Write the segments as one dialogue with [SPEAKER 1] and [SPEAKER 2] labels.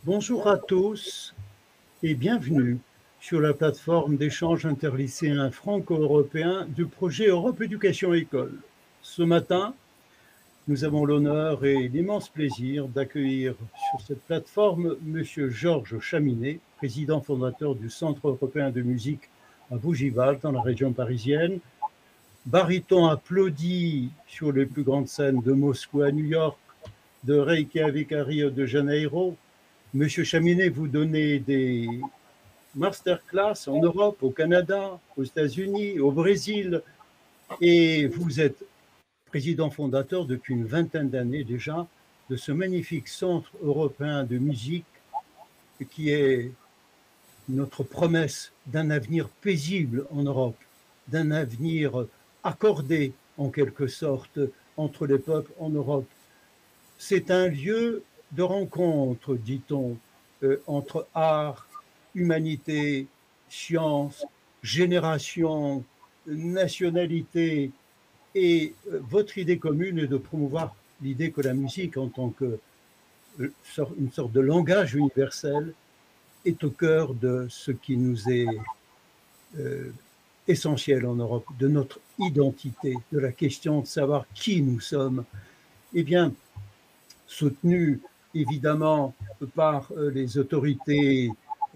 [SPEAKER 1] Bonjour à tous et bienvenue sur la plateforme d'échange interlycéen franco-européen du projet Europe Éducation École. Ce matin, nous avons l'honneur et l'immense plaisir d'accueillir sur cette plateforme Monsieur Georges Chaminet, président fondateur du Centre européen de musique à Bougival, dans la région parisienne, baryton applaudi sur les plus grandes scènes de Moscou à New York, de Reykjavik à Rio de Janeiro. Monsieur Chaminet, vous donnez des masterclass en Europe, au Canada, aux États-Unis, au Brésil, et vous êtes président fondateur depuis une vingtaine d'années déjà de ce magnifique centre européen de musique qui est notre promesse d'un avenir paisible en Europe, d'un avenir accordé en quelque sorte entre les peuples en Europe. C'est un lieu de rencontre, dit-on, entre art, humanité, science, génération, nationalité. Et votre idée commune est de promouvoir l'idée que la musique, en tant que une sorte de langage universel, est au cœur de ce qui nous est essentiel en Europe, de notre identité, de la question de savoir qui nous sommes. Eh bien, soutenu évidemment par les autorités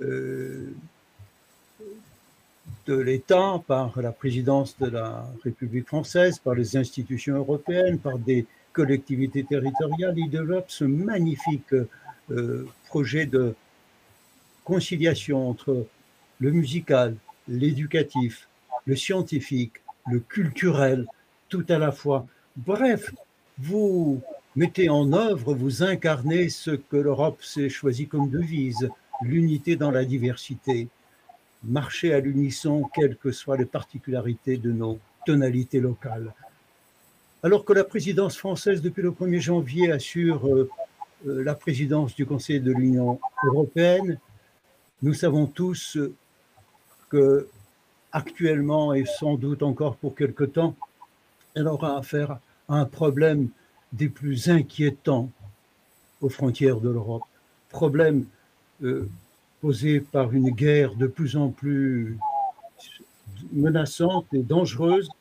[SPEAKER 1] de l'État, par la présidence de la République française, par les institutions européennes, par des collectivités territoriales. Il développe ce magnifique projet de conciliation entre le musical, l'éducatif, le scientifique, le culturel, tout à la fois. Bref, vous mettez en œuvre, vous incarnez ce que l'Europe s'est choisi comme devise, l'unité dans la diversité, marcher à l'unisson, quelles que soient les particularités de nos tonalités locales. Alors que la présidence française, depuis le 1er janvier, assure la présidence du Conseil de l'Union européenne, nous savons tous que actuellement et sans doute encore pour quelque temps, elle aura affaire à un problème des plus inquiétants aux frontières de l'Europe. Problème posé par une guerre de plus en plus menaçante et dangereuse.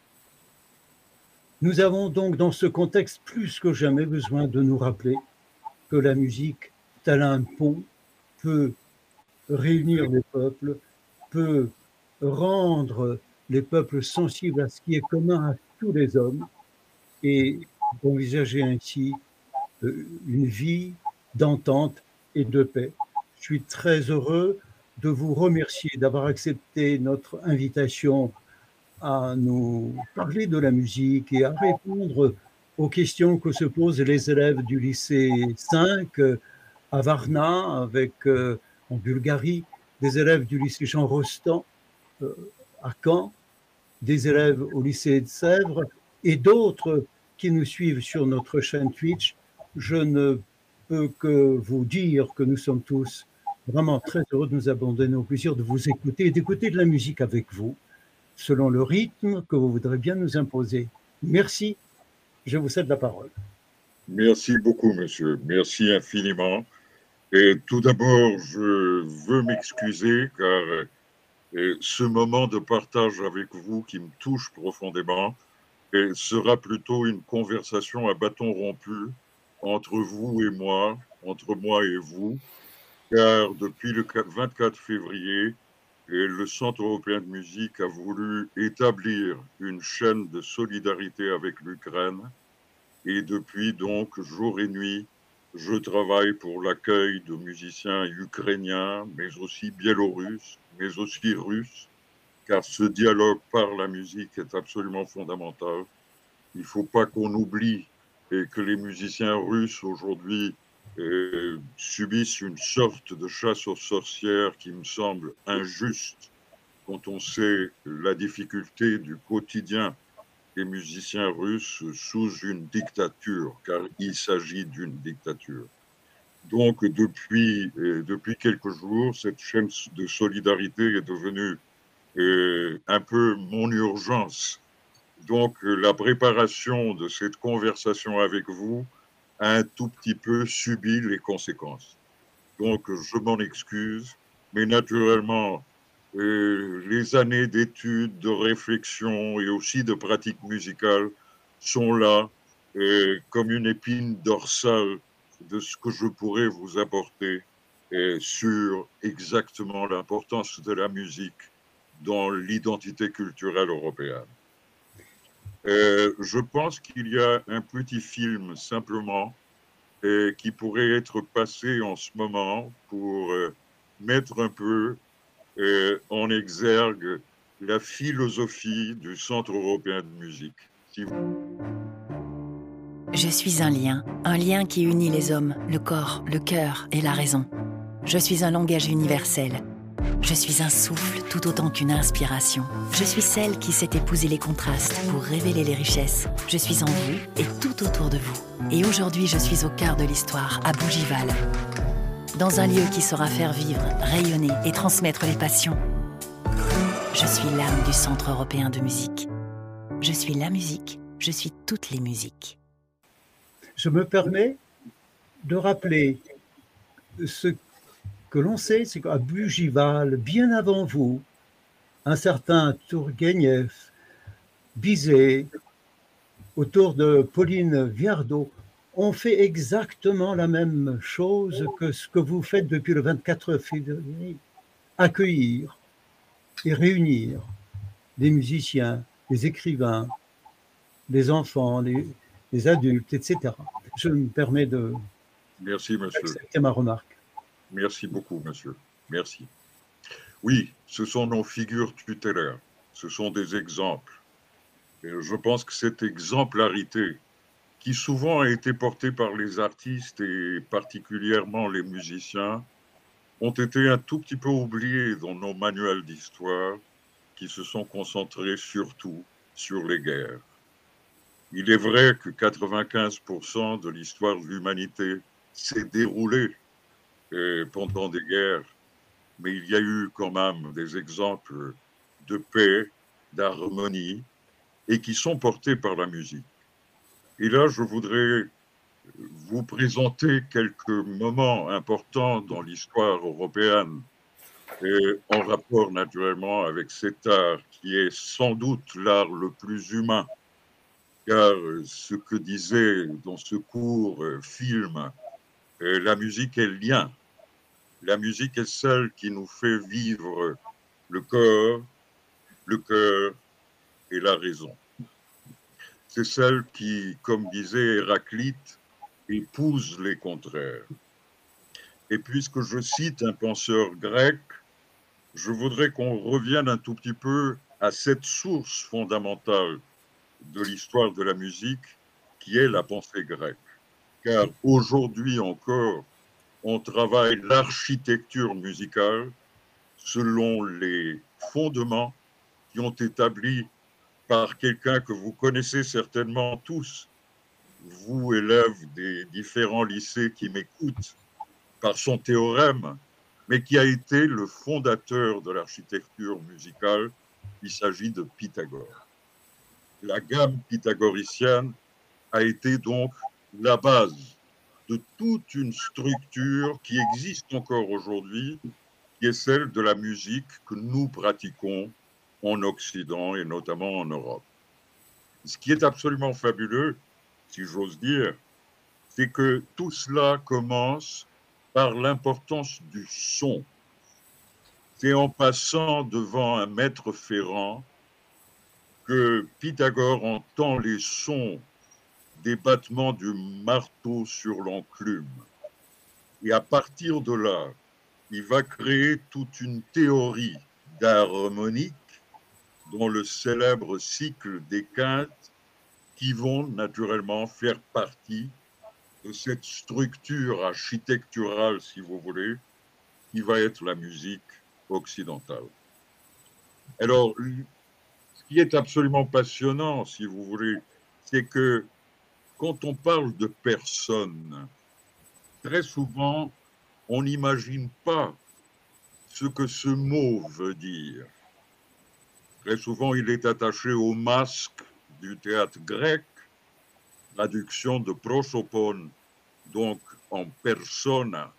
[SPEAKER 1] Nous avons donc dans ce contexte plus que jamais besoin de nous rappeler que la musique, tel un pont, peut réunir les peuples, peut rendre les peuples sensibles à ce qui est commun à tous les hommes et d'envisager ainsi une vie d'entente et de paix. Je suis très heureux de vous remercier d'avoir accepté notre invitation à nous parler de la musique et à répondre aux questions que se posent les élèves du lycée 5 à Varna, en Bulgarie, des élèves du lycée Jean Rostand à Caen, des élèves au lycée de Sèvres et d'autres qui nous suivent sur notre chaîne Twitch. Je ne peux que vous dire que nous sommes tous vraiment très heureux de nous abandonner au plaisir de vous écouter et d'écouter de la musique avec vous, selon le rythme que vous voudrez bien nous imposer. Merci, je vous cède la parole.
[SPEAKER 2] Merci beaucoup, monsieur. Merci infiniment. Et tout d'abord, je veux m'excuser car ce moment de partage avec vous qui me touche profondément sera plutôt une conversation à bâton rompu entre vous et moi, entre moi et vous, car depuis le 24 février, le Centre européen de musique a voulu établir une chaîne de solidarité avec l'Ukraine. Et depuis donc, jour et nuit, je travaille pour l'accueil de musiciens ukrainiens, mais aussi biélorusses, mais aussi russes, car ce dialogue par la musique est absolument fondamental. Il ne faut pas qu'on oublie que les musiciens russes aujourd'hui subissent une sorte de chasse aux sorcières qui me semble injuste quand on sait la difficulté du quotidien des musiciens russes sous une dictature, car il s'agit d'une dictature. Donc, depuis quelques jours, cette chaîne de solidarité est devenue un peu mon urgence. Donc, la préparation de cette conversation avec vous a un tout petit peu subi les conséquences. donc je m'en excuse, mais naturellement, les années d'études, de réflexion et aussi de pratique musicale sont là comme une épine dorsale de ce que je pourrais vous apporter sur exactement l'importance de la musique dans l'identité culturelle européenne. Je pense qu'il y a un petit film simplement qui pourrait être passé en ce moment pour mettre un peu en exergue la philosophie du Centre européen de musique. Si vous...
[SPEAKER 3] Je suis un lien qui unit les hommes, le corps, le cœur et la raison. Je suis un langage universel. Je suis un souffle tout autant qu'une inspiration. Je suis celle qui sait épouser les contrastes pour révéler les richesses. Je suis en vous et tout autour de vous. Et aujourd'hui, je suis au cœur de l'histoire, à Bougival. Dans un lieu qui saura faire vivre, rayonner et transmettre les passions. Je suis l'âme du Centre européen de musique. Je suis la musique, je suis toutes les musiques.
[SPEAKER 1] Je me permets de rappeler ce que l'on sait, c'est qu'à Bougival, bien avant vous, un certain Tourguenieff, Bizet, autour de Pauline Viardot, ont fait exactement la même chose que ce que vous faites depuis le 24 février, accueillir et réunir des musiciens, des écrivains, des enfants, des adultes, etc. Je me permets de
[SPEAKER 2] Merci, monsieur.
[SPEAKER 1] accepter ma remarque.
[SPEAKER 2] Merci beaucoup, monsieur. Merci. Oui, ce sont nos figures tutélaires. Ce sont des exemples. Et je pense que cette exemplarité, qui souvent a été portée par les artistes et particulièrement les musiciens, ont été un tout petit peu oubliés dans nos manuels d'histoire qui se sont concentrés surtout sur les guerres. Il est vrai que 95% de l'histoire de l'humanité s'est déroulée pendant des guerres, mais il y a eu quand même des exemples de paix, d'harmonie, et qui sont portés par la musique. Et là, je voudrais vous présenter quelques moments importants dans l'histoire européenne, en rapport naturellement avec cet art qui est sans doute l'art le plus humain, car ce que disait dans ce court film, la musique est le lien. La musique est celle qui nous fait vivre le corps, le cœur et la raison. C'est celle qui, comme disait Héraclite, épouse les contraires. Et puisque je cite un penseur grec, je voudrais qu'on revienne un tout petit peu à cette source fondamentale de l'histoire de la musique qui est la pensée grecque. Car aujourd'hui encore, on travaille l'architecture musicale selon les fondements qui ont été établis par quelqu'un que vous connaissez certainement tous, vous, élèves des différents lycées qui m'écoutent, par son théorème, mais qui a été le fondateur de l'architecture musicale. Il s'agit de Pythagore. La gamme pythagoricienne a été donc la base de toute une structure qui existe encore aujourd'hui, qui est celle de la musique que nous pratiquons en Occident et notamment en Europe. Ce qui est absolument fabuleux, si j'ose dire, c'est que tout cela commence par l'importance du son. C'est en passant devant un maître ferrant que Pythagore entend les sons des battements du marteau sur l'enclume. Et à partir de là, il va créer toute une théorie d'harmonique dont le célèbre cycle des quintes qui vont naturellement faire partie de cette structure architecturale, si vous voulez, qui va être la musique occidentale. Alors, ce qui est absolument passionnant, si vous voulez, c'est que quand on parle de personne, très souvent, on n'imagine pas ce que ce mot veut dire. Très souvent, il est attaché au masque du théâtre grec, traduction de prosopon, donc en persona,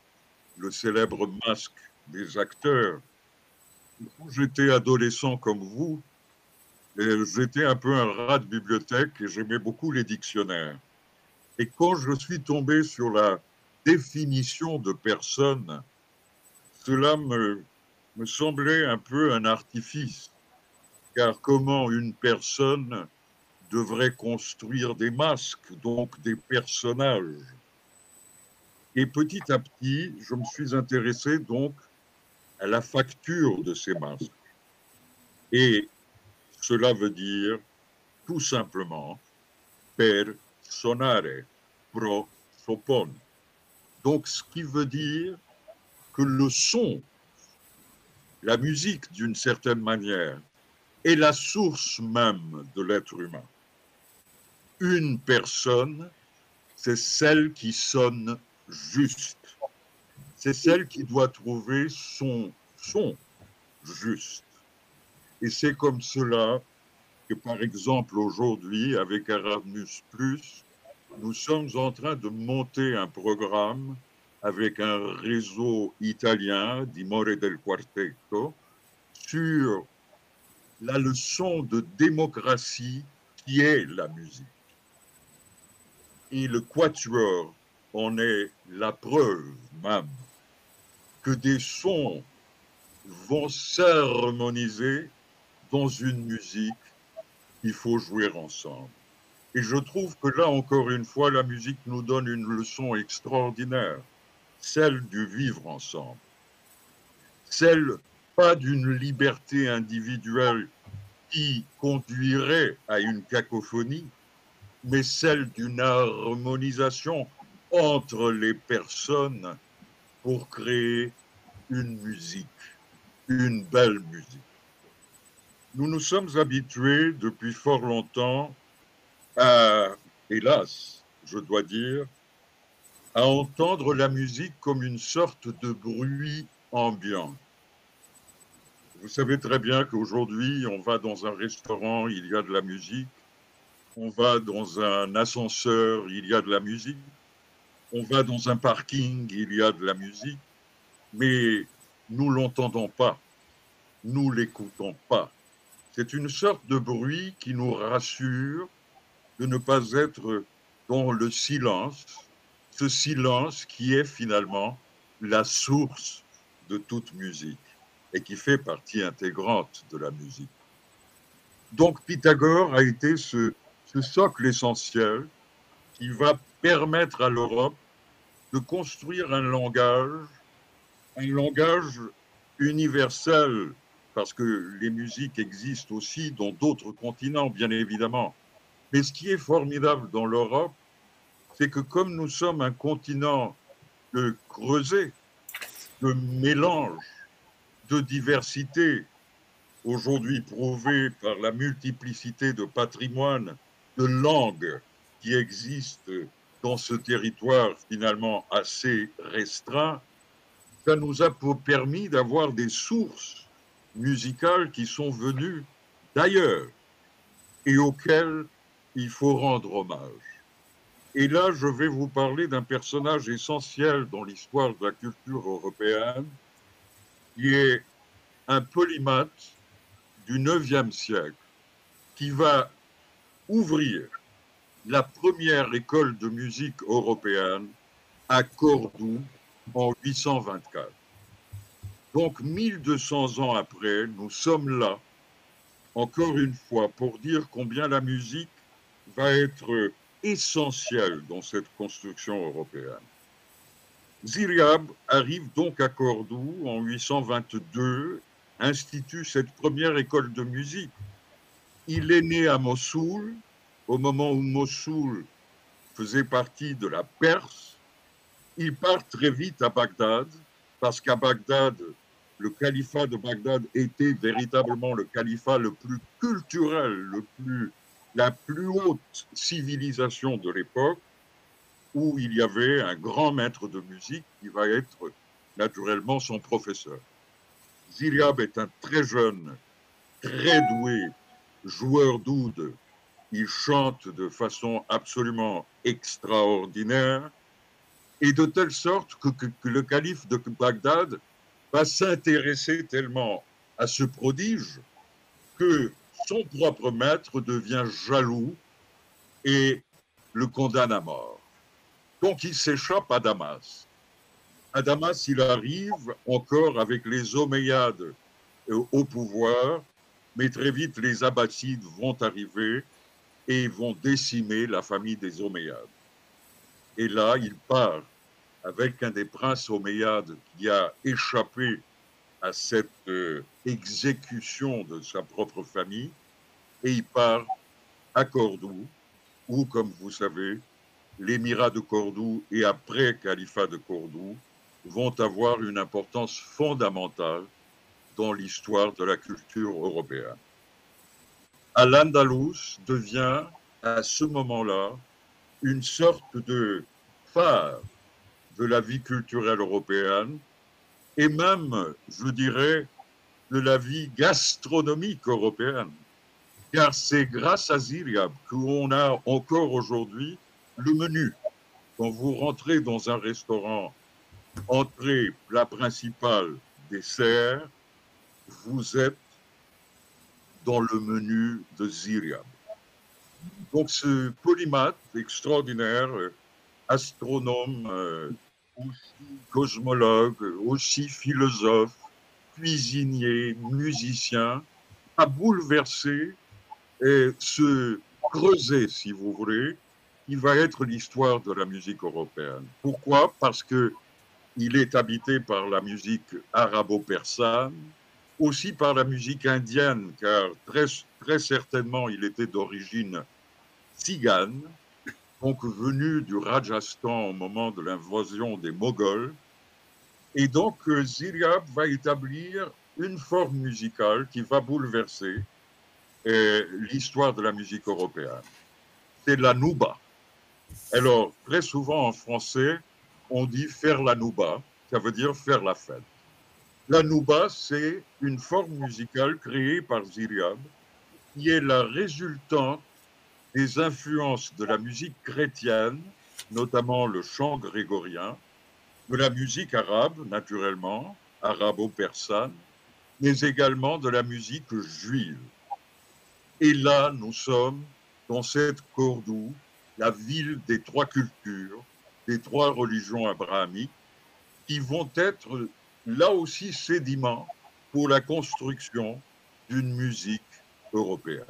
[SPEAKER 2] le célèbre masque des acteurs. Quand j'étais adolescent comme vous, j'étais un peu un rat de bibliothèque et j'aimais beaucoup les dictionnaires. Et quand je suis tombé sur la définition de personne, cela me semblait un peu un artifice, car comment une personne devrait construire des masques, donc des personnages. Et petit à petit, je me suis intéressé donc à la facture de ces masques. Et cela veut dire tout simplement personare, pro sopon. Donc, ce qui veut dire que le son, la musique d'une certaine manière, est la source même de l'être humain. Une personne, c'est celle qui sonne juste. C'est celle qui doit trouver son son juste. Et c'est comme cela que, par exemple, aujourd'hui, avec Erasmus+, nous sommes en train de monter un programme avec un réseau italien, d'Imore del Quartetto, sur la leçon de démocratie qui est la musique. Et le quatuor en est la preuve même que des sons vont s'harmoniser dans une musique qu'il faut jouer ensemble. Et je trouve que là, encore une fois, la musique nous donne une leçon extraordinaire, celle du vivre ensemble, celle pas d'une liberté individuelle qui conduirait à une cacophonie, mais celle d'une harmonisation entre les personnes pour créer une musique, une belle musique. Nous nous sommes habitués depuis fort longtemps à, hélas, je dois dire, à entendre la musique comme une sorte de bruit ambiant. Vous savez très bien qu'aujourd'hui, on va dans un restaurant, il y a de la musique, on va dans un ascenseur, il y a de la musique, on va dans un parking, il y a de la musique, mais nous l'entendons pas, nous l'écoutons pas. C'est une sorte de bruit qui nous rassure de ne pas être dans le silence, ce silence qui est finalement la source de toute musique et qui fait partie intégrante de la musique. Donc Pythagore a été ce socle essentiel qui va permettre à l'Europe de construire un langage universel, parce que les musiques existent aussi dans d'autres continents, bien évidemment. Mais ce qui est formidable dans l'Europe, c'est que comme nous sommes un continent de creuset, de mélange, de diversité, aujourd'hui prouvé par la multiplicité de patrimoines, de langues qui existent dans ce territoire finalement assez restreint, ça nous a permis d'avoir des sources musicales qui sont venues d'ailleurs et auxquelles il faut rendre hommage. Et là, je vais vous parler d'un personnage essentiel dans l'histoire de la culture européenne, qui est un polymathe du IXe siècle, qui va ouvrir la première école de musique européenne à Cordoue en 824. Donc, 1200 ans après, nous sommes là, encore une fois, pour dire combien la musique va être essentielle dans cette construction européenne. Ziryab arrive donc à Cordoue en 822, institue cette première école de musique. Il est né à Mossoul, au moment où Mossoul faisait partie de la Perse. Il part très vite à Bagdad, parce qu'à Bagdad, le califat de Bagdad était véritablement le califat le plus culturel, la plus haute civilisation de l'époque, où il y avait un grand maître de musique qui va être naturellement son professeur. Ziryab est un très jeune, très doué joueur d'oud. Il chante de façon absolument extraordinaire et de telle sorte que le calife de Bagdad va s'intéresser tellement à ce prodige que son propre maître devient jaloux et le condamne à mort. Donc il s'échappe à Damas. À Damas, il arrive encore avec les Omeyyades au pouvoir, mais très vite les Abbassides vont arriver et vont décimer la famille des Omeyyades. Et là, il part avec un des princes Omeyyades qui a échappé à cette exécution de sa propre famille, et il part à Cordoue, où, comme vous savez, l'émirat de Cordoue et après califat de Cordoue vont avoir une importance fondamentale dans l'histoire de la culture européenne. Al-Andalus devient à ce moment-là une sorte de phare de la vie culturelle européenne et même, je dirais, de la vie gastronomique européenne. Car c'est grâce à Ziryab qu'on a encore aujourd'hui le menu. Quand vous rentrez dans un restaurant, entrée, plat principal, dessert, vous êtes dans le menu de Ziryab. Donc ce polymathe extraordinaire, astronome, aussi cosmologue, aussi philosophe, cuisinier, musicien, a bouleversé et se creuser, si vous voulez, qui va être l'histoire de la musique européenne. Pourquoi? Parce que il est habité par la musique arabo-persane, aussi par la musique indienne, car très certainement il était d'origine tzigane, donc venu du Rajasthan au moment de l'invasion des Moghols. Et donc Ziryab va établir une forme musicale qui va bouleverser l'histoire de la musique européenne. C'est la nouba. Alors, très souvent en français, on dit faire la nouba, ça veut dire faire la fête. La nouba, c'est une forme musicale créée par Ziryab, qui est la résultante des influences de la musique chrétienne, notamment le chant grégorien, de la musique arabe, naturellement, arabo-persane, mais également de la musique juive. Et là, nous sommes dans cette Cordoue, la ville des trois cultures, des trois religions abrahamiques, qui vont être là aussi sédiments pour la construction d'une musique européenne.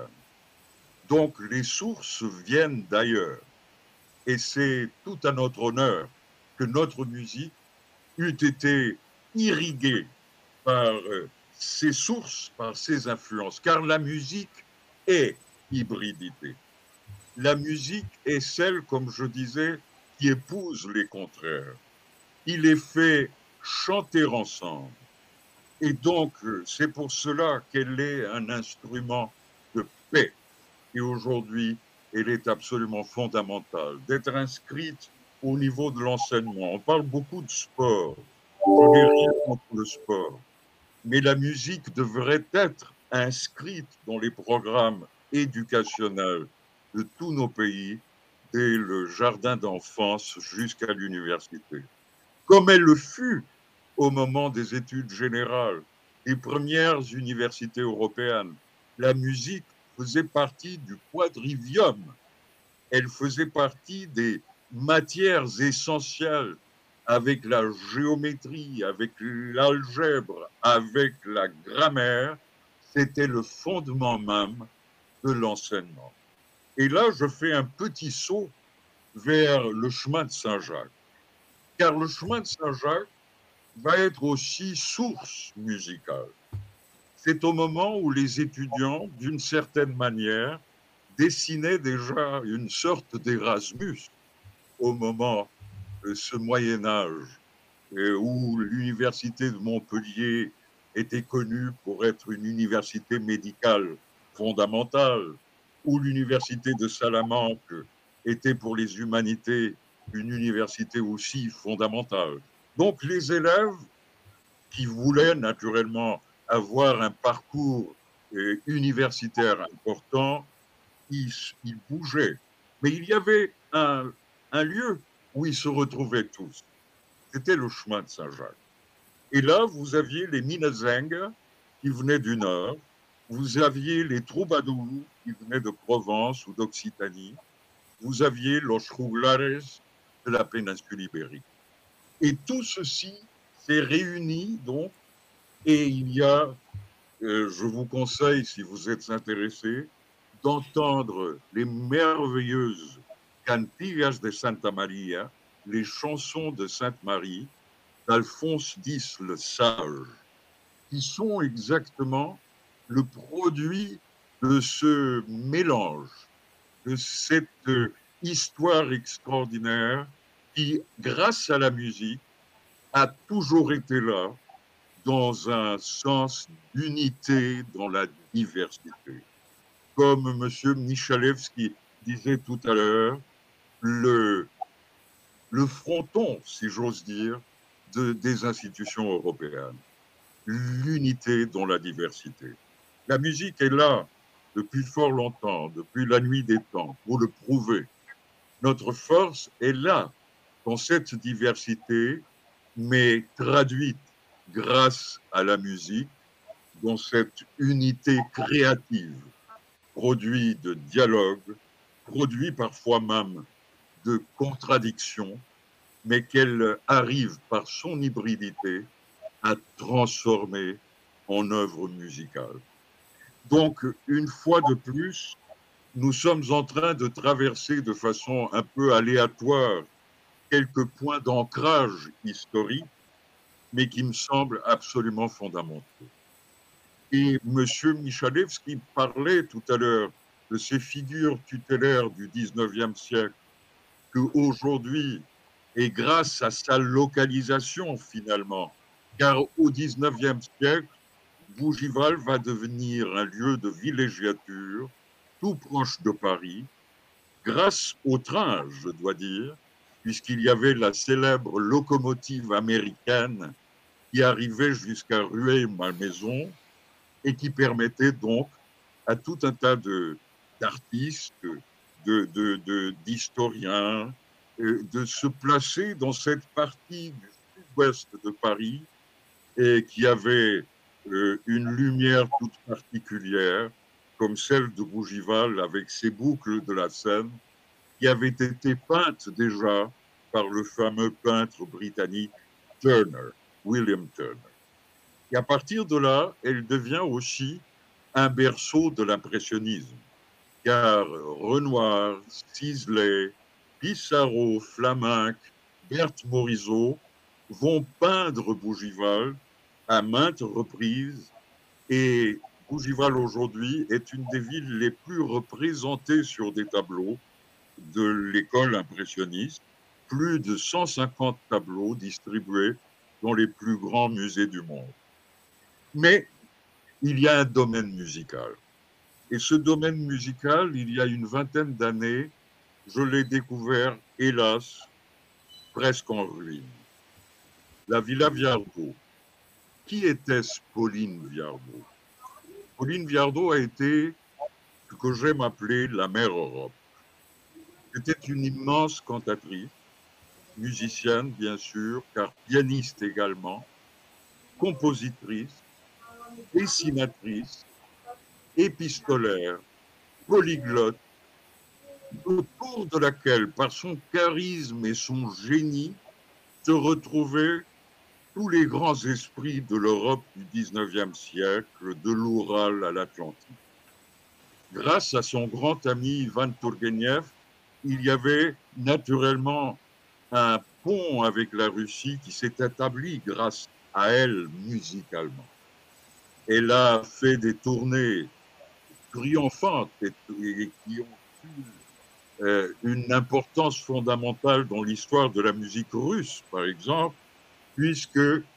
[SPEAKER 2] Donc les sources viennent d'ailleurs. Et c'est tout à notre honneur que notre musique eût été irriguée par ces sources, par ces influences, car la musique est hybridité. La musique est celle, comme je disais, qui épouse les contraires. Il les fait chanter ensemble. Et donc, c'est pour cela qu'elle est un instrument de paix. Et aujourd'hui, elle est absolument fondamentale d'être inscrite au niveau de l'enseignement. On parle beaucoup de sport. Je n'ai rien contre le sport. Mais la musique devrait être inscrite dans les programmes éducationnels de tous nos pays, dès le jardin d'enfance jusqu'à l'université. Comme elle le fut au moment des études générales, des premières universités européennes. La musique faisait partie du quadrivium. Elle faisait partie des matières essentielles avec la géométrie, avec l'algèbre, avec la grammaire. C'était le fondement même de l'enseignement. Et là, je fais un petit saut vers le chemin de Saint-Jacques. Car le chemin de Saint-Jacques va être aussi source musicale. C'est au moment où les étudiants, d'une certaine manière, dessinaient déjà une sorte d'Erasmus au moment de ce Moyen-Âge, où l'université de Montpellier était connue pour être une université médicale fondamentale, où l'université de Salamanque était pour les humanités une université aussi fondamentale. Donc les élèves qui voulaient naturellement avoir un parcours universitaire important, ils bougeaient. Mais il y avait un lieu où ils se retrouvaient tous. C'était le chemin de Saint-Jacques. Et là, vous aviez les Minnesänger qui venaient du Nord, vous aviez les troubadours qui venaient de Provence ou d'Occitanie, vous aviez los juglares de la péninsule ibérique. Et tout ceci s'est réuni donc, et il y a, je vous conseille, si vous êtes intéressé, d'entendre les merveilleuses cantigas de Santa Maria, les chansons de Sainte Marie, d'Alphonse X le Sage, qui sont exactement le produit de ce mélange, de cette histoire extraordinaire qui, grâce à la musique, a toujours été là dans un sens d'unité dans la diversité. Comme M. Michalewski disait tout à l'heure, le fronton, si j'ose dire, des institutions européennes. L'unité dans la diversité. La musique est là depuis fort longtemps, depuis la nuit des temps, pour le prouver. Notre force est là, dans cette diversité, mais traduite grâce à la musique, dans cette unité créative, produit de dialogue, produit parfois même de contradictions, mais qu'elle arrive par son hybridité à transformer en œuvre musicale. Donc, une fois de plus, nous sommes en train de traverser de façon un peu aléatoire quelques points d'ancrage historique, mais qui me semblent absolument fondamentaux. Et M. Michalewski parlait tout à l'heure de ces figures tutélaires du 19e siècle, qu'aujourd'hui, et grâce à sa localisation finalement, car au 19e siècle, Bougival va devenir un lieu de villégiature, tout proche de Paris, grâce au train, je dois dire, puisqu'il y avait la célèbre locomotive américaine qui arrivait jusqu'à Rueil-Malmaison et qui permettait donc à tout un tas d'artistes, d'historiens, de se placer dans cette partie du sud-ouest de Paris et qui avait une lumière toute particulière, comme celle de Bougival avec ses boucles de la Seine, qui avait été peinte déjà par le fameux peintre britannique Turner, William Turner. Et à partir de là, elle devient aussi un berceau de l'impressionnisme, car Renoir, Sisley, Pissarro, Flamenc, Berthe Morisot vont peindre Bougival à maintes reprises, et Bougival aujourd'hui est une des villes les plus représentées sur des tableaux de l'école impressionniste, plus de 150 tableaux distribués dans les plus grands musées du monde. Mais il y a un domaine musical. Et ce domaine musical, il y a une vingtaine d'années, je l'ai découvert, hélas, presque en ruine. La Villa Viardot. Qui était-ce Pauline Viardot? Pauline Viardot a été ce que j'aime appeler la mère Europe. C'était une immense cantatrice, musicienne bien sûr, car pianiste également, compositrice, dessinatrice, épistolaire, polyglotte, autour de laquelle, par son charisme et son génie, se retrouvaient tous les grands esprits de l'Europe du 19e siècle, de l'Oural à l'Atlantique. Grâce à son grand ami Ivan Tourgueniev, il y avait naturellement un pont avec la Russie qui s'est établi grâce à elle musicalement. Elle a fait des tournées triomphantes et qui ont eu une importance fondamentale dans l'histoire de la musique russe, par exemple, puisque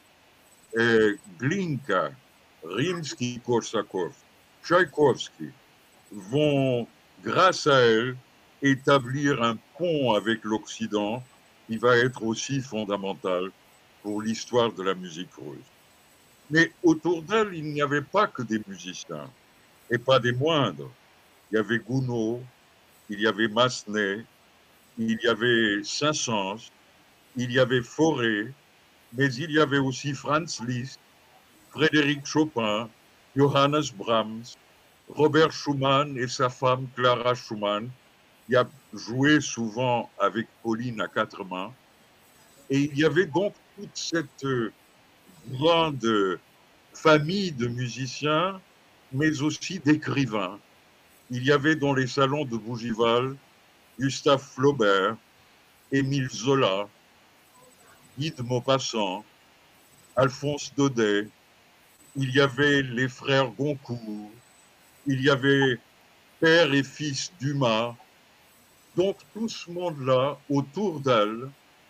[SPEAKER 2] Glinka, Rimsky-Korsakov, Tchaïkovski vont, grâce à elle, établir un pont avec l'Occident qui va être aussi fondamental pour l'histoire de la musique russe. Mais autour d'elle, il n'y avait pas que des musiciens, et pas des moindres. Il y avait Gounod, il y avait Massenet, il y avait Saint-Saëns, il y avait Fauré, mais il y avait aussi Franz Liszt, Frédéric Chopin, Johannes Brahms, Robert Schumann et sa femme Clara Schumann, qui a joué souvent avec Pauline à quatre mains. Et il y avait donc toute cette grande famille de musiciens, mais aussi d'écrivains. Il y avait dans les salons de Bougival Gustave Flaubert, Émile Zola, Guy de Maupassant, Alphonse Daudet, il y avait les frères Goncourt, il y avait père et fils Dumas. Donc tout ce monde-là, autour d'elle,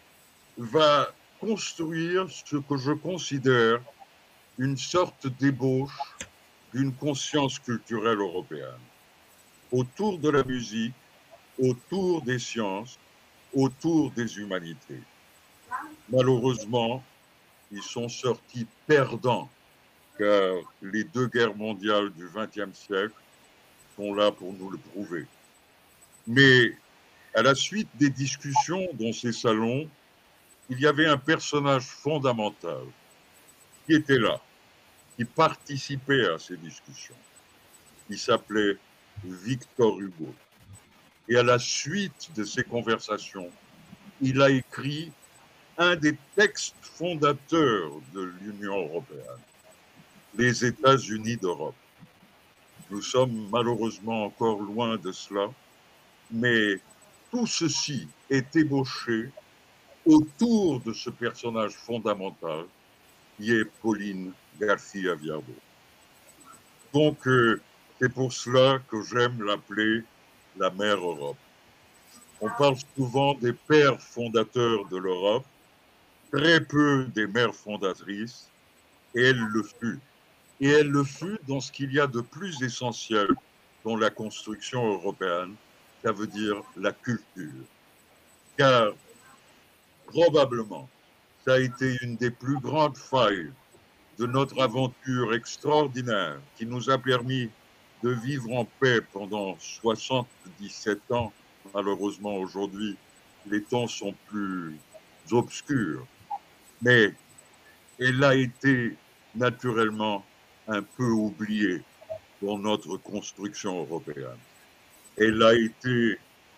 [SPEAKER 2] va construire ce que je considère une sorte d'ébauche d'une conscience culturelle européenne. Autour de la musique, autour des sciences, autour des humanités. Malheureusement, ils sont sortis perdants, car les deux guerres mondiales du XXe siècle sont là pour nous le prouver. Mais à la suite des discussions dans ces salons, il y avait un personnage fondamental qui était là, qui participait à ces discussions. Il s'appelait Victor Hugo. Et à la suite de ces conversations, il a écrit un des textes fondateurs de l'Union européenne, les États-Unis d'Europe. Nous sommes malheureusement encore loin de cela, mais tout ceci est ébauché autour de ce personnage fondamental qui est Pauline García Viarbó. Donc, c'est pour cela que j'aime l'appeler la mère Europe. On parle souvent des pères fondateurs de l'Europe, très peu des mères fondatrices, et elle le fut. Et elle le fut dans ce qu'il y a de plus essentiel dans la construction européenne, ça veut dire la culture. Car probablement, ça a été une des plus grandes failles de notre aventure extraordinaire qui nous a permis de vivre en paix pendant 77 ans. Malheureusement, aujourd'hui, les temps sont plus obscurs. Mais elle a été naturellement un peu oubliée dans notre construction européenne. Elle a été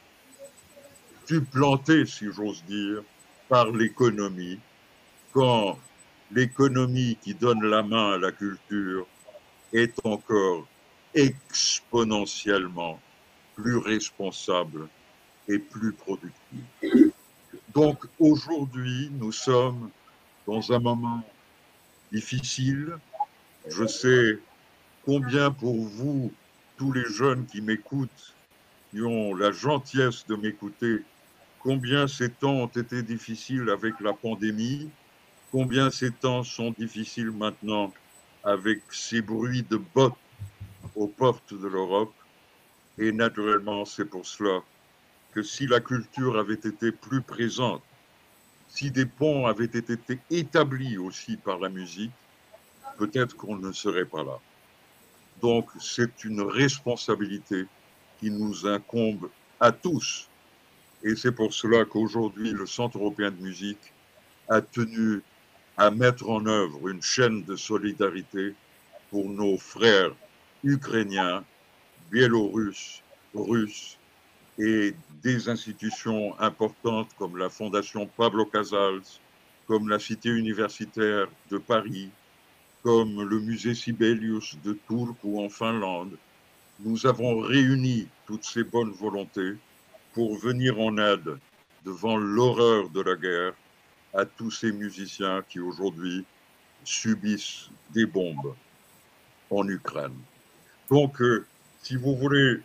[SPEAKER 2] supplantée, si j'ose dire, par l'économie, quand l'économie qui donne la main à la culture est encore exponentiellement plus responsable et plus productive. Donc aujourd'hui, nous sommes dans un moment difficile. Je sais combien pour vous, tous les jeunes qui m'écoutent, qui ont la gentillesse de m'écouter, combien ces temps ont été difficiles avec la pandémie, combien ces temps sont difficiles maintenant avec ces bruits de bottes aux portes de l'Europe. Et naturellement, c'est pour cela que si la culture avait été plus présente, si des ponts avaient été établis aussi par la musique, peut-être qu'on ne serait pas là. Donc, c'est une responsabilité qui nous incombe à tous. Et c'est pour cela qu'aujourd'hui, le Centre européen de musique a tenu à mettre en œuvre une chaîne de solidarité pour nos frères ukrainiens, biélorusses, russes et des institutions importantes comme la Fondation Pablo Casals, comme la Cité universitaire de Paris, comme le musée Sibelius de Turku ou en Finlande. Nous avons réuni toutes ces bonnes volontés pour venir en aide devant l'horreur de la guerre à tous ces musiciens qui aujourd'hui subissent des bombes en Ukraine. Donc, si vous voulez,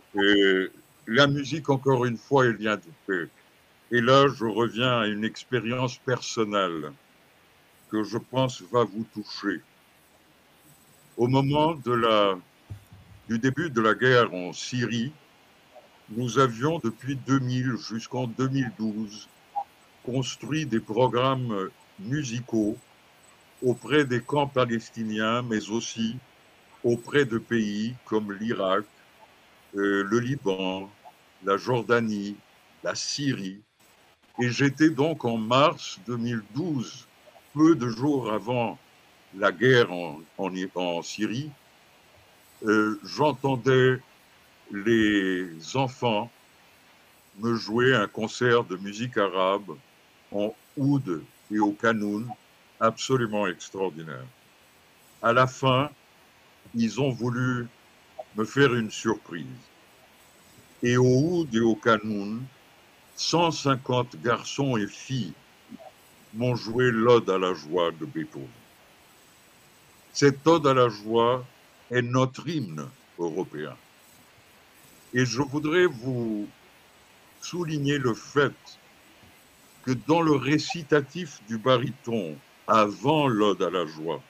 [SPEAKER 2] la musique, encore une fois, elle vient de paix. Et là, je reviens à une expérience personnelle que je pense va vous toucher. Au moment du début de la guerre en Syrie, nous avions depuis 2000 jusqu'en 2012 construit des programmes musicaux auprès des camps palestiniens, mais aussi auprès de pays comme l'Irak, le Liban, la Jordanie, la Syrie. Et j'étais donc en mars 2012, peu de jours avant la guerre en Syrie, j'entendais les enfants me jouer un concert de musique arabe en oud et au kanoun, absolument extraordinaire. À la fin, ils ont voulu me faire une surprise. Et au oud et au kanoun, 150 garçons et filles m'ont joué l'Ode à la joie de Beethoven. Cette Ode à la joie est notre hymne européen. Et je voudrais vous souligner le fait que dans le récitatif du baryton avant l'Ode à la joie,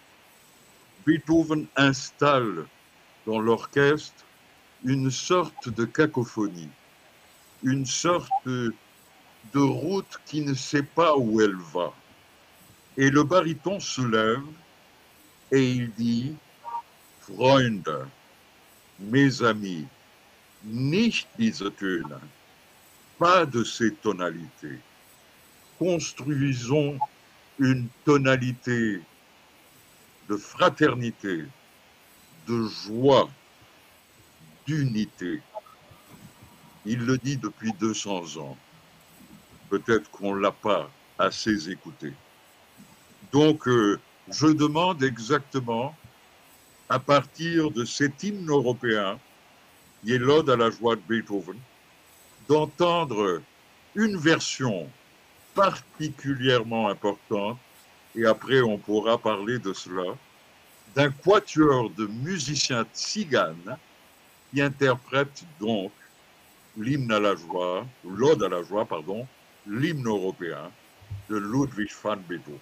[SPEAKER 2] Beethoven installe dans l'orchestre une sorte de cacophonie, une sorte de route qui ne sait pas où elle va. Et le baryton se lève et il dit « Freunde, mes amis, nicht diese Töne, pas de ces tonalités. Construisons une tonalité de fraternité, de joie, d'unité. » Il le dit depuis 200 ans. Peut-être qu'on ne l'a pas assez écouté. Donc, je demande exactement, à partir de cet hymne européen, qui est l'Ode à la joie de Beethoven, d'entendre une version particulièrement importante, et après on pourra parler de cela, d'un quatuor de musiciens tziganes qui interprète donc l'hymne à la joie, l'Ode à la joie, pardon, l'hymne européen de Ludwig van Beethoven.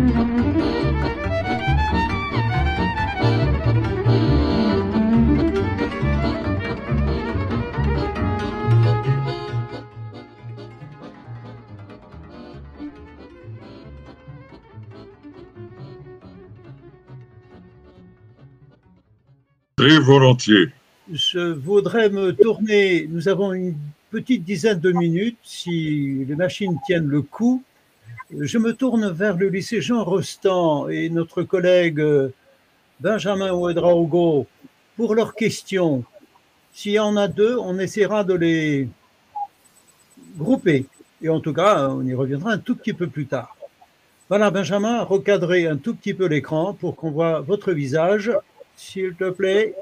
[SPEAKER 2] Très volontiers.
[SPEAKER 1] Je voudrais me tourner, nous avons une petite dizaine de minutes, si les machines tiennent le coup. Je me tourne vers le lycée Jean Rostand et notre collègue Benjamin Ouedraogo pour leurs questions. S'il y en a deux, on essaiera de les grouper. Et en tout cas, on y reviendra un tout petit peu plus tard. Voilà, Benjamin, recadrez un tout petit peu l'écran pour qu'on voit votre visage, s'il te plaît.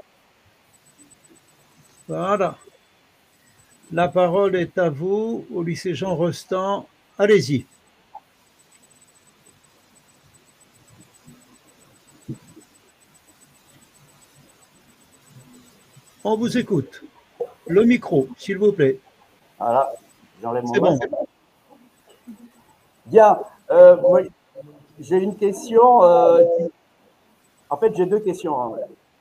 [SPEAKER 1] Voilà. La parole est à vous, au lycée Jean Rostand. Allez-y. On vous écoute. Le micro, s'il vous plaît.
[SPEAKER 4] Voilà, j'enlève mon
[SPEAKER 1] C'est bon.
[SPEAKER 4] masque. Bien, moi, j'ai une question. En fait, j'ai deux questions. Hein.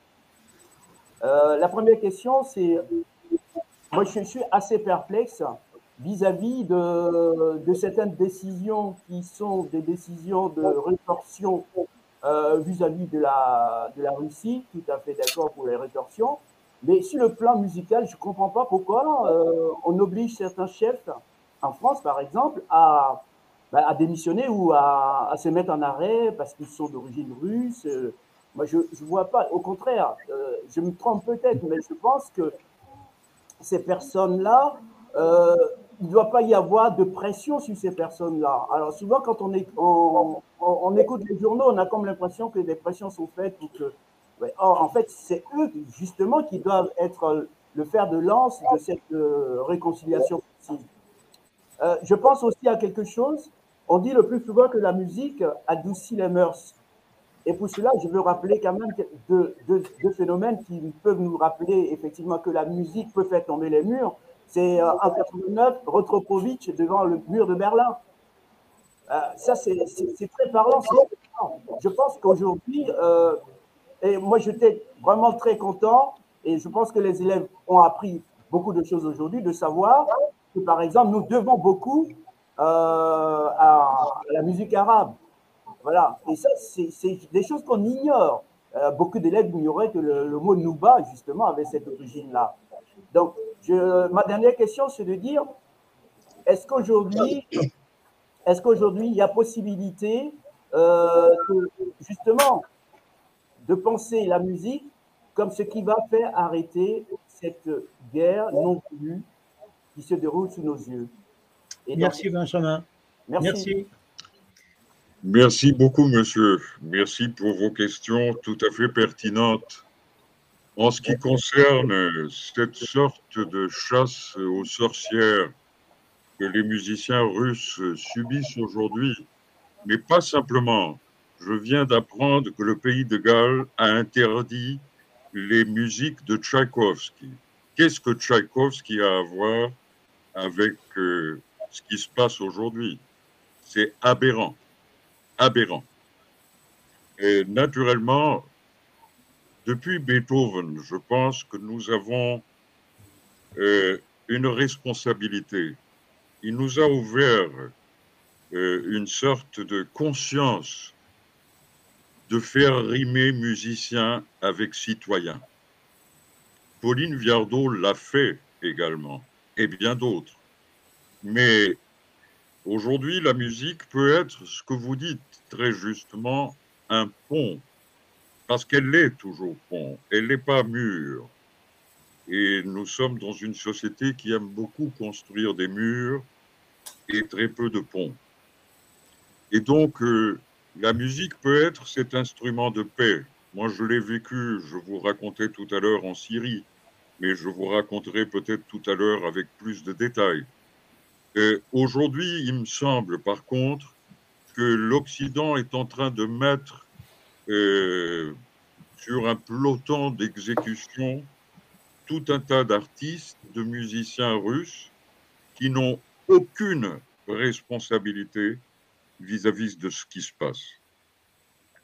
[SPEAKER 4] La première question, c'est, moi, je suis assez perplexe vis-à-vis de certaines décisions qui sont des décisions de rétorsion vis-à-vis de la Russie, tout à fait d'accord pour les rétorsions. Mais sur le plan musical, je ne comprends pas pourquoi on oblige certains chefs, en France par exemple, à démissionner ou à se mettre en arrêt parce qu'ils sont d'origine russe. Moi, je ne vois pas. Au contraire, je me trompe peut-être, mais je pense que ces personnes-là, il ne doit pas y avoir de pression sur ces personnes-là. Alors souvent, quand on écoute les journaux, on a comme l'impression que des pressions sont faites pour que... Ouais. Or, en fait, c'est eux, justement, qui doivent être le fer de lance de cette réconciliation possible. Je pense aussi à quelque chose. On dit le plus souvent que la musique adoucit les mœurs. Et pour cela, je veux rappeler quand même deux phénomènes qui peuvent nous rappeler effectivement que la musique peut faire tomber les murs. C'est en 89, Rostropovitch devant le mur de Berlin. Ça, c'est très parlant. Je pense qu'aujourd'hui, et moi j'étais vraiment très content, et je pense que les élèves ont appris beaucoup de choses aujourd'hui, de savoir que par exemple, nous devons beaucoup à la musique arabe. Voilà. Et ça, c'est des choses qu'on ignore. Beaucoup d'élèves ignoraient que le mot Nouba, justement, avait cette origine-là. Donc, ma dernière question, c'est de dire, est-ce qu'aujourd'hui, il y a possibilité, justement, de penser la musique comme ce qui va faire arrêter cette guerre non voulue qui se déroule sous nos yeux? Et
[SPEAKER 1] Merci, Benjamin.
[SPEAKER 4] Merci.
[SPEAKER 1] Merci.
[SPEAKER 2] Merci beaucoup, monsieur. Merci pour vos questions tout à fait pertinentes. En ce qui concerne cette sorte de chasse aux sorcières que les musiciens russes subissent aujourd'hui, mais pas simplement. Je viens d'apprendre que le pays de Galles a interdit les musiques de Tchaïkovski. Qu'est-ce que Tchaïkovski a à voir avec ce qui se passe aujourd'hui? C'est aberrant. Aberrant. Et naturellement, depuis Beethoven, je pense que nous avons une responsabilité. Il nous a ouvert une sorte de conscience de faire rimer musicien avec citoyen. Pauline Viardot l'a fait également, et bien d'autres. Mais aujourd'hui, la musique peut être, ce que vous dites très justement, un pont, parce qu'elle est toujours pont, elle n'est pas mur. Et nous sommes dans une société qui aime beaucoup construire des murs et très peu de ponts. Et donc, la musique peut être cet instrument de paix. Moi, je l'ai vécu, je vous racontais tout à l'heure en Syrie, mais je vous raconterai peut-être tout à l'heure avec plus de détails. Aujourd'hui, il me semble, par contre, que l'Occident est en train de mettre sur un peloton d'exécution tout un tas d'artistes, de musiciens russes qui n'ont aucune responsabilité vis-à-vis de ce qui se passe.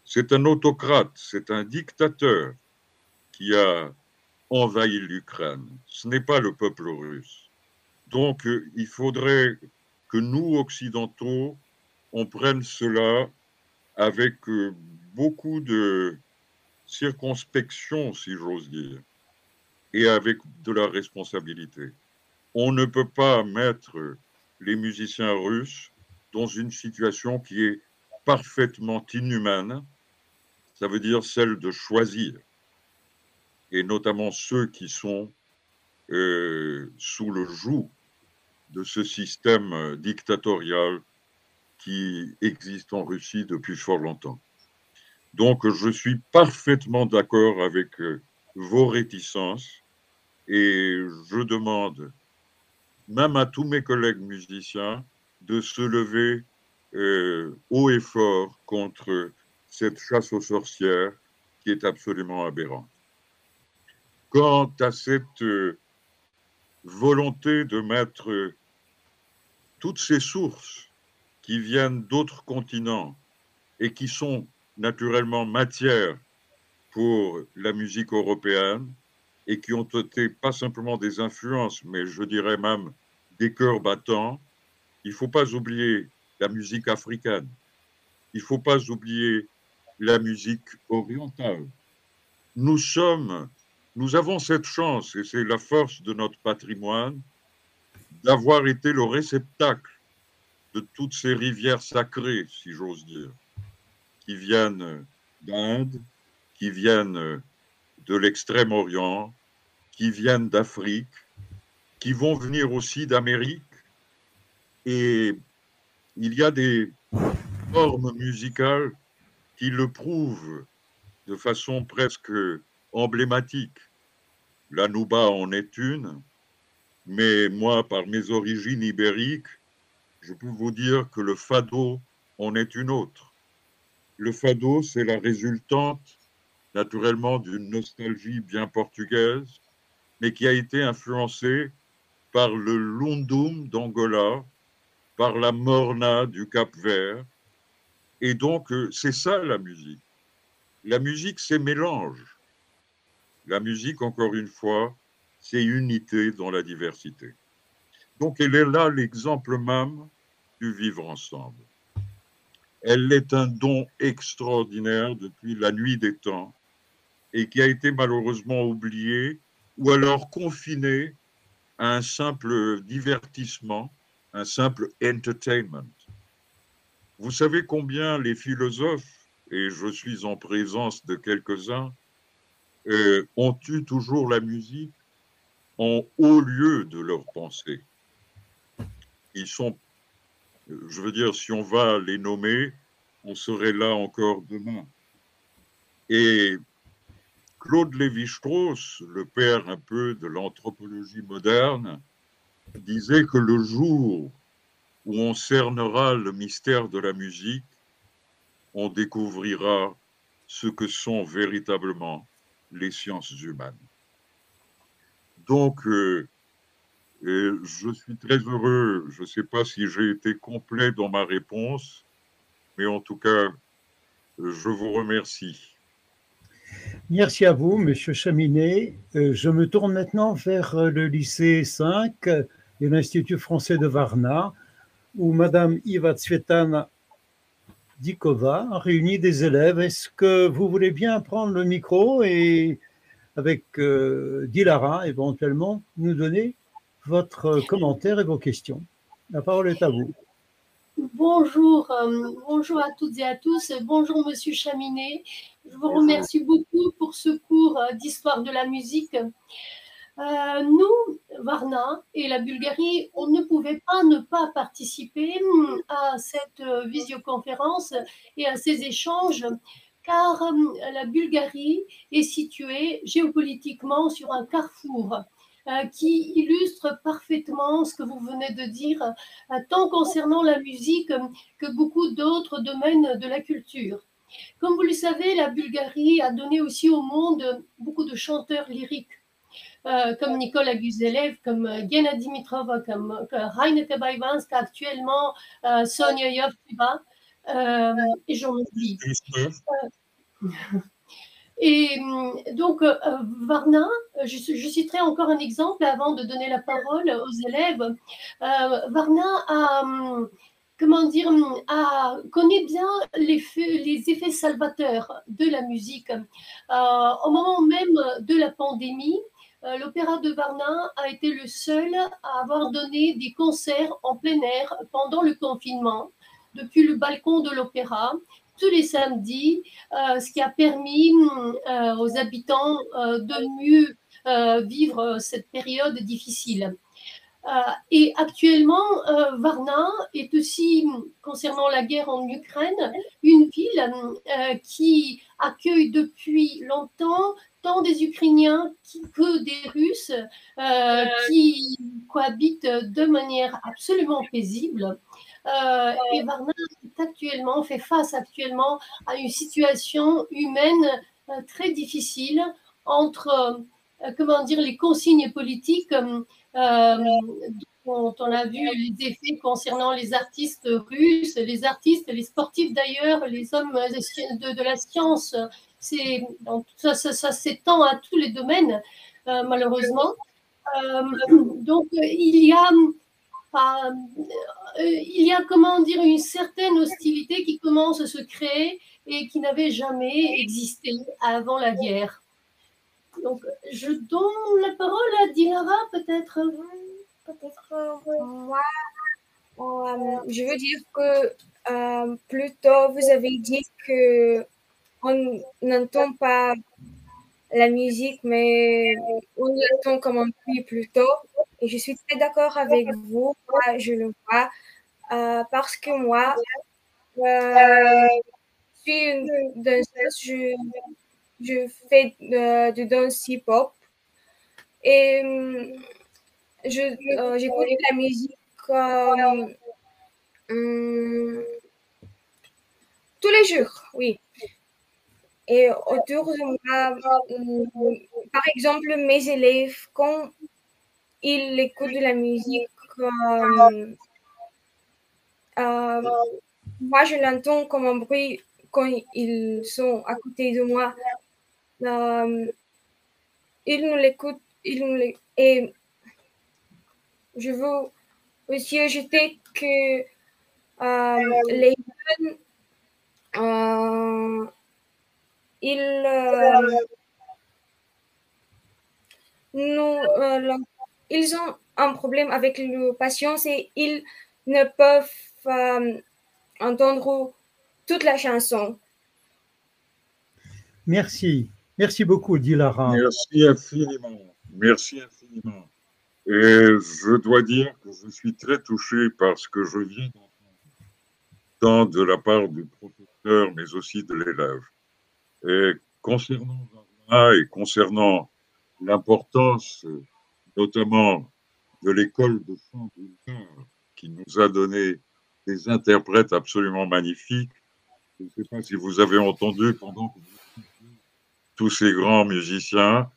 [SPEAKER 2] C'est un autocrate, c'est un dictateur qui a envahi l'Ukraine. Ce n'est pas le peuple russe. Donc, il faudrait que nous, Occidentaux, on prenne cela avec beaucoup de circonspection, si j'ose dire, et avec de la responsabilité. On ne peut pas mettre les musiciens russes dans une situation qui est parfaitement inhumaine, ça veut dire celle de choisir, et notamment ceux qui sont sous le joug de ce système dictatorial qui existe en Russie depuis fort longtemps. Donc, je suis parfaitement d'accord avec vos réticences et je demande même à tous mes collègues musiciens de se lever haut et fort contre cette chasse aux sorcières qui est absolument aberrante. Quant à cette volonté de mettre toutes ces sources qui viennent d'autres continents et qui sont naturellement matière pour la musique européenne et qui ont été pas simplement des influences, mais je dirais même des cœurs battants, il ne faut pas oublier la musique africaine, il ne faut pas oublier la musique orientale. Nous avons cette chance, et c'est la force de notre patrimoine, d'avoir été le réceptacle de toutes ces rivières sacrées, si j'ose dire, qui viennent d'Inde, qui viennent de l'Extrême-Orient, qui viennent d'Afrique, qui vont venir aussi d'Amérique. Et il y a des formes musicales qui le prouvent de façon presque emblématique. La nouba en est une, mais moi, par mes origines ibériques, je peux vous dire que le fado en est une autre. Le fado, c'est la résultante, naturellement, d'une nostalgie bien portugaise, mais qui a été influencée par le lundum d'Angola, par la morna du Cap-Vert. Et donc, c'est ça la musique. La musique, c'est mélange. La musique, encore une fois, c'est unité dans la diversité. Donc, elle est là l'exemple même du vivre ensemble. Elle est un don extraordinaire depuis la nuit des temps et qui a été malheureusement oublié ou alors confiné à un simple divertissement, un simple entertainment. Vous savez combien les philosophes, et je suis en présence de quelques-uns, ont eu toujours la musique en haut lieu de leur pensée. Ils sont, je veux dire, si on va les nommer, on serait là encore demain. Et Claude Lévi-Strauss, le père un peu de l'anthropologie moderne, disait que le jour où on cernera le mystère de la musique, on découvrira ce que sont véritablement les sciences humaines. Donc, je suis très heureux, je ne sais pas si j'ai été complet dans ma réponse, mais en tout cas, je vous remercie.
[SPEAKER 1] Merci à vous, Monsieur Chaminet. Je me tourne maintenant vers le lycée 5 et l'Institut français de Varna, où Madame Iva Tsvetana Dikova a réuni des élèves. Est-ce que vous voulez bien prendre le micro et, avec Dilara, éventuellement, nous donner votre commentaire et vos questions? La parole est à vous.
[SPEAKER 5] Bonjour, bonjour à toutes et à tous. Bonjour, Monsieur Chaminet. Je vous remercie beaucoup pour ce cours d'histoire de la musique. Nous, Varna et la Bulgarie, on ne pouvait pas ne pas participer à cette visioconférence et à ces échanges, car la Bulgarie est située géopolitiquement sur un carrefour qui illustre parfaitement ce que vous venez de dire, tant concernant la musique que beaucoup d'autres domaines de la culture. Comme vous le savez, la Bulgarie a donné aussi au monde beaucoup de chanteurs lyriques, comme Nicolas Guzelev, comme Gena Dimitrova, comme Heineke Baivanska, actuellement Sonia Yovtiva. et j'en oublie. Et donc, Varna, je citerai encore un exemple avant de donner la parole aux élèves. Varna a, comment dire, connaît bien les effets salvateurs de la musique. Au moment même de la pandémie, l'Opéra de Varna a été le seul à avoir donné des concerts en plein air pendant le confinement, depuis le balcon de l'Opéra, tous les samedis, ce qui a permis aux habitants de mieux vivre cette période difficile. Et actuellement, Varna est aussi, concernant la guerre en Ukraine, une ville qui accueille depuis longtemps tant des Ukrainiens que des Russes qui cohabitent de manière absolument paisible. Et Varna fait face actuellement à une situation humaine très difficile entre, comment dire, les consignes politiques dont on a vu les effets concernant les artistes russes, les artistes, les sportifs d'ailleurs, les hommes de la science. Donc, ça s'étend à tous les domaines, malheureusement. Donc, il y a, comment dire, une certaine hostilité qui commence à se créer et qui n'avait jamais existé avant la guerre. Donc, je donne la parole à Dilara, peut-être.
[SPEAKER 6] Moi, je veux dire que plutôt vous avez dit que on n'entend pas la musique, mais on l'entend comme un bruit plutôt. Et je suis très d'accord avec vous. Moi, je le vois parce que moi, je suis une danseuse. Je fais de danse hip-hop et j'écoute de la musique tous les jours, oui. Et autour de moi, par exemple, mes élèves, quand ils écoutent de la musique, moi je l'entends comme un bruit quand ils sont à côté de moi. Ils nous l'écoutent, et je veux aussi ajouter que les jeunes, ils ont un problème avec la patience et ils ne peuvent entendre toute la chanson.
[SPEAKER 1] Merci. Merci beaucoup, Dilara.
[SPEAKER 2] Merci infiniment. Merci infiniment. Et je dois dire que je suis très touché par ce que je viens d'entendre, tant de la part du professeur, mais aussi de l'élève. Et concernant Varna et concernant l'importance, notamment de l'école de chant bulgare, qui nous a donné des interprètes absolument magnifiques. Je ne sais pas si vous avez entendu pendant que vous tous ces grands musiciens,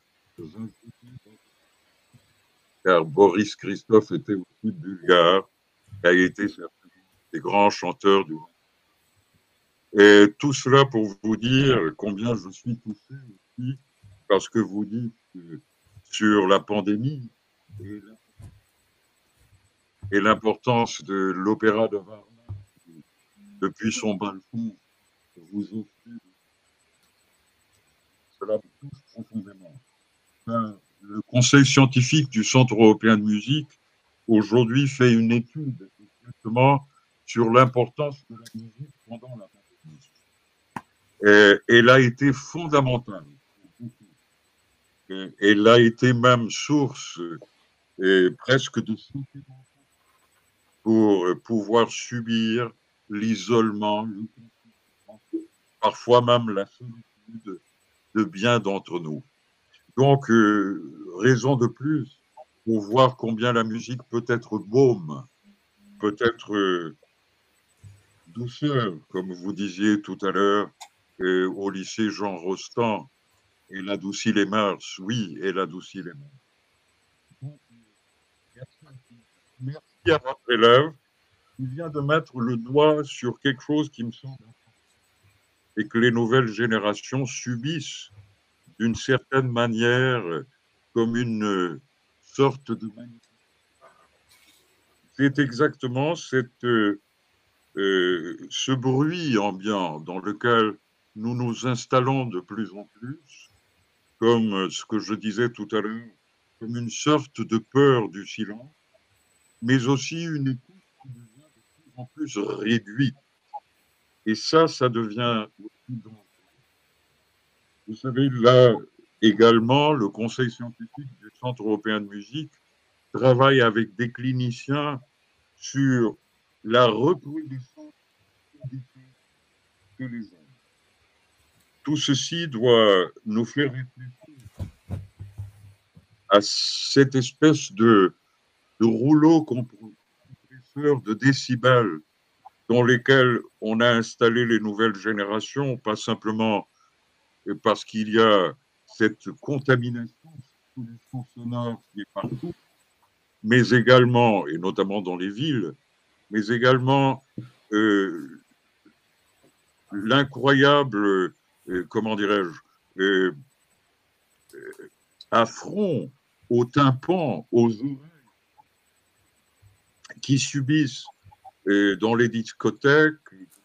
[SPEAKER 2] car Boris Christophe était aussi bulgare, a été certainement des grands chanteurs du monde. Et tout cela pour vous dire combien je suis touché aussi parce que vous dites sur la pandémie et l'importance de l'opéra de Varna depuis son balcon vous offrez. Cela me touche profondément. Le Conseil scientifique du Centre européen de musique aujourd'hui fait une étude exactement sur l'importance de la musique pendant la pandémie. Et elle a été fondamentale. Elle a été même source presque de santé pour pouvoir subir l'isolement, parfois même la solitude de bien d'entre nous. Donc, raison de plus pour voir combien la musique peut être baume, peut être douceur, comme vous disiez tout à l'heure, au lycée Jean Rostand. Elle adoucit les mœurs, oui, elle adoucit les mœurs. Merci à votre élève il vient de mettre le doigt sur quelque chose qui me semble et que les nouvelles générations subissent d'une certaine manière comme une sorte de manipulation. C'est exactement ce bruit ambiant dans lequel nous nous installons de plus en plus, comme ce que je disais tout à l'heure, comme une sorte de peur du silence, mais aussi une écoute qui devient de plus en plus réduite. Et ça devient aussi dangereux. Vous savez, là également, le Conseil scientifique du Centre européen de musique travaille avec des cliniciens sur la recrudescence que les hommes. Tout ceci doit nous faire réfléchir à cette espèce de rouleau compresseur de décibels dans lesquels on a installé les nouvelles générations, pas simplement parce qu'il y a cette contamination, cette pollution sonore qui est partout, mais également, et notamment dans les villes, mais également l'incroyable, comment dirais-je, affront au tympan, aux oreilles, qui subissent dans les discothèques,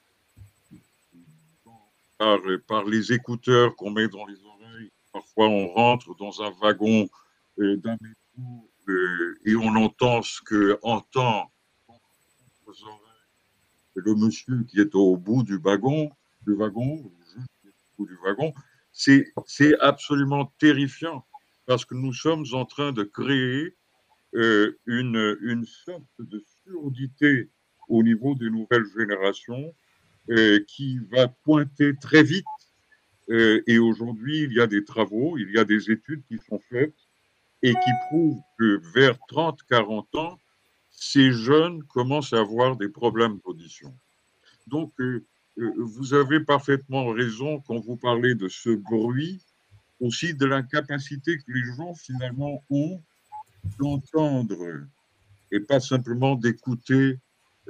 [SPEAKER 2] par les écouteurs qu'on met dans les oreilles. Parfois, on rentre dans un wagon d'un métro et on entend ce que entend aux oreilles le monsieur qui est au bout du wagon, c'est absolument terrifiant parce que nous sommes en train de créer une sorte de surdité au niveau des nouvelles générations qui va pointer très vite. Et aujourd'hui, il y a des travaux, il y a des études qui sont faites et qui prouvent que vers 30-40 ans, ces jeunes commencent à avoir des problèmes d'audition. Donc, vous avez parfaitement raison quand vous parlez de ce bruit, aussi de l'incapacité que les gens finalement ont d'entendre et pas simplement d'écouter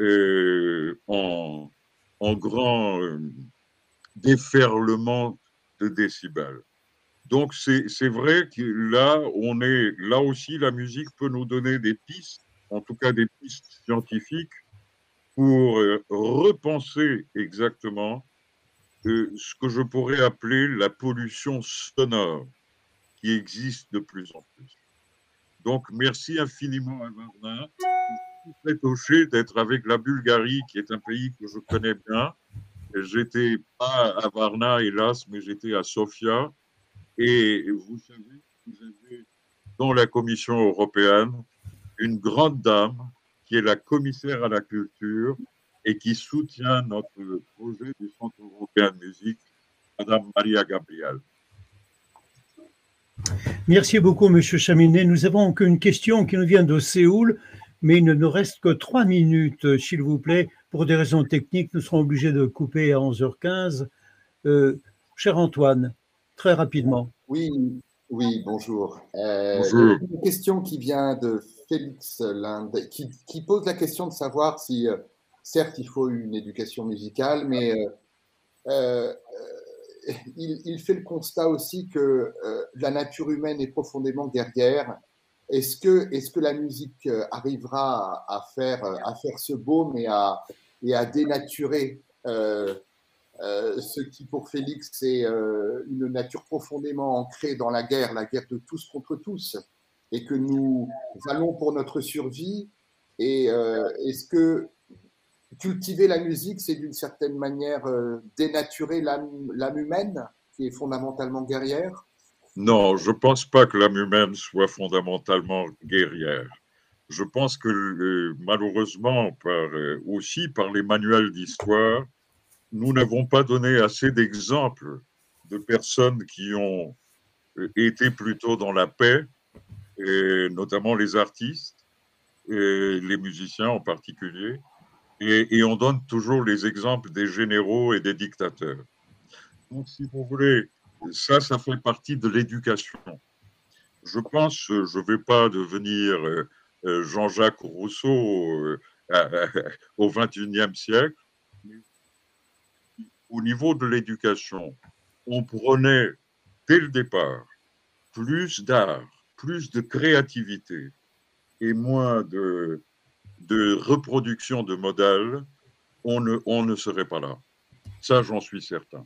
[SPEAKER 2] en grand déferlement de décibels. Donc, c'est vrai que là aussi, la musique peut nous donner des pistes, en tout cas des pistes scientifiques, pour repenser exactement ce que je pourrais appeler la pollution sonore qui existe de plus en plus. Donc, merci infiniment à Varna. Je suis très touché d'être avec la Bulgarie, qui est un pays que je connais bien. J'étais pas à Varna, hélas, mais j'étais à Sofia. Et vous savez, vous avez dans la Commission européenne une grande dame qui est la commissaire à la culture et qui soutient notre projet du Centre européen de musique, Madame Maria Gabriel.
[SPEAKER 1] Merci beaucoup, Monsieur Chaminet. Nous avons qu'une question qui nous vient de Séoul, mais il ne nous reste que 3 minutes, s'il vous plaît. Pour des raisons techniques, nous serons obligés de couper à 11h15. Cher Antoine, très rapidement.
[SPEAKER 7] Oui, bonjour.
[SPEAKER 2] Bonjour.
[SPEAKER 7] Une question qui vient de Félix Linde, qui pose la question de savoir si, certes, il faut une éducation musicale, mais il fait le constat aussi que la nature humaine est profondément guerrière. Est-ce que la musique arrivera à faire ce baume et à dénaturer ce qui pour Félix est une nature profondément ancrée dans la guerre de tous contre tous, et que nous allons pour notre survie? Et est-ce que cultiver la musique, c'est d'une certaine manière dénaturer l'âme humaine, qui est fondamentalement guerrière?
[SPEAKER 2] Non, je ne pense pas que l'âme humaine soit fondamentalement guerrière. Je pense que malheureusement, aussi par les manuels d'histoire, nous n'avons pas donné assez d'exemples de personnes qui ont été plutôt dans la paix, et notamment les artistes, et les musiciens en particulier, et on donne toujours les exemples des généraux et des dictateurs. Donc, si vous voulez, ça fait partie de l'éducation. Je pense, je ne vais pas devenir Jean-Jacques Rousseau au XXIe siècle. Au niveau de l'éducation, on prenait dès le départ plus d'art, plus de créativité et moins de reproduction de modèles, on ne serait pas là. Ça, j'en suis certain.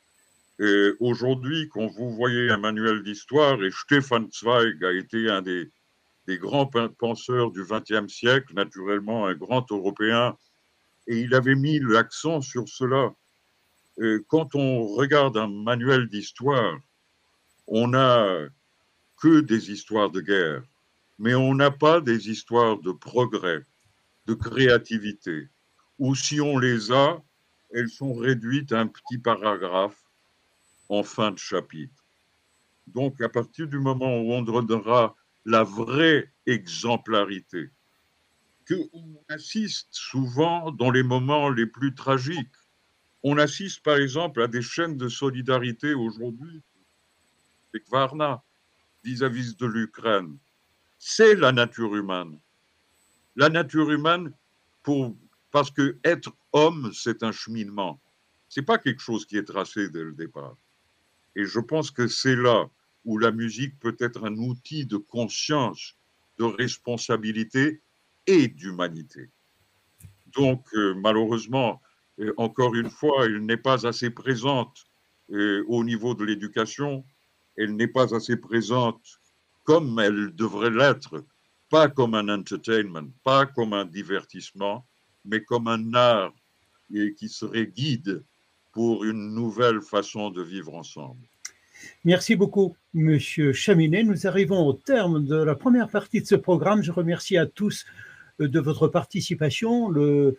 [SPEAKER 2] Et aujourd'hui, quand vous voyez un manuel d'histoire, et Stefan Zweig a été un des grands penseurs du XXe siècle, naturellement un grand Européen, et il avait mis l'accent sur cela. Et quand on regarde un manuel d'histoire, on n'a que des histoires de guerre, mais on n'a pas des histoires de progrès, de créativité, ou si on les a, elles sont réduites à un petit paragraphe en fin de chapitre. Donc, à partir du moment où on donnera la vraie exemplarité, qu'on assiste souvent dans les moments les plus tragiques. On assiste par exemple à des chaînes de solidarité aujourd'hui avec Varna vis-à-vis de l'Ukraine. C'est la nature humaine. La nature humaine, parce que être homme, c'est un cheminement. C'est pas quelque chose qui est tracé dès le départ. Et je pense que c'est là où la musique peut être un outil de conscience, de responsabilité et d'humanité. Donc, malheureusement, encore une fois, elle n'est pas assez présente au niveau de l'éducation, elle n'est pas assez présente comme elle devrait l'être, pas comme un entertainment, pas comme un divertissement, mais comme un art qui serait guide pour une nouvelle façon de vivre ensemble.
[SPEAKER 1] Merci beaucoup, Monsieur Chaminet. Nous arrivons au terme de la première partie de ce programme. Je remercie à tous de votre participation. Le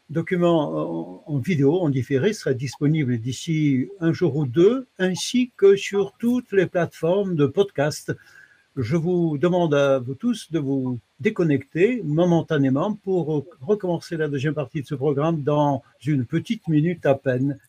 [SPEAKER 1] document en vidéo, en différé, sera disponible d'ici un jour ou deux, ainsi que sur toutes les plateformes de podcast. Je vous demande à vous tous de vous déconnecter momentanément pour recommencer la deuxième partie de ce programme dans une petite minute à peine.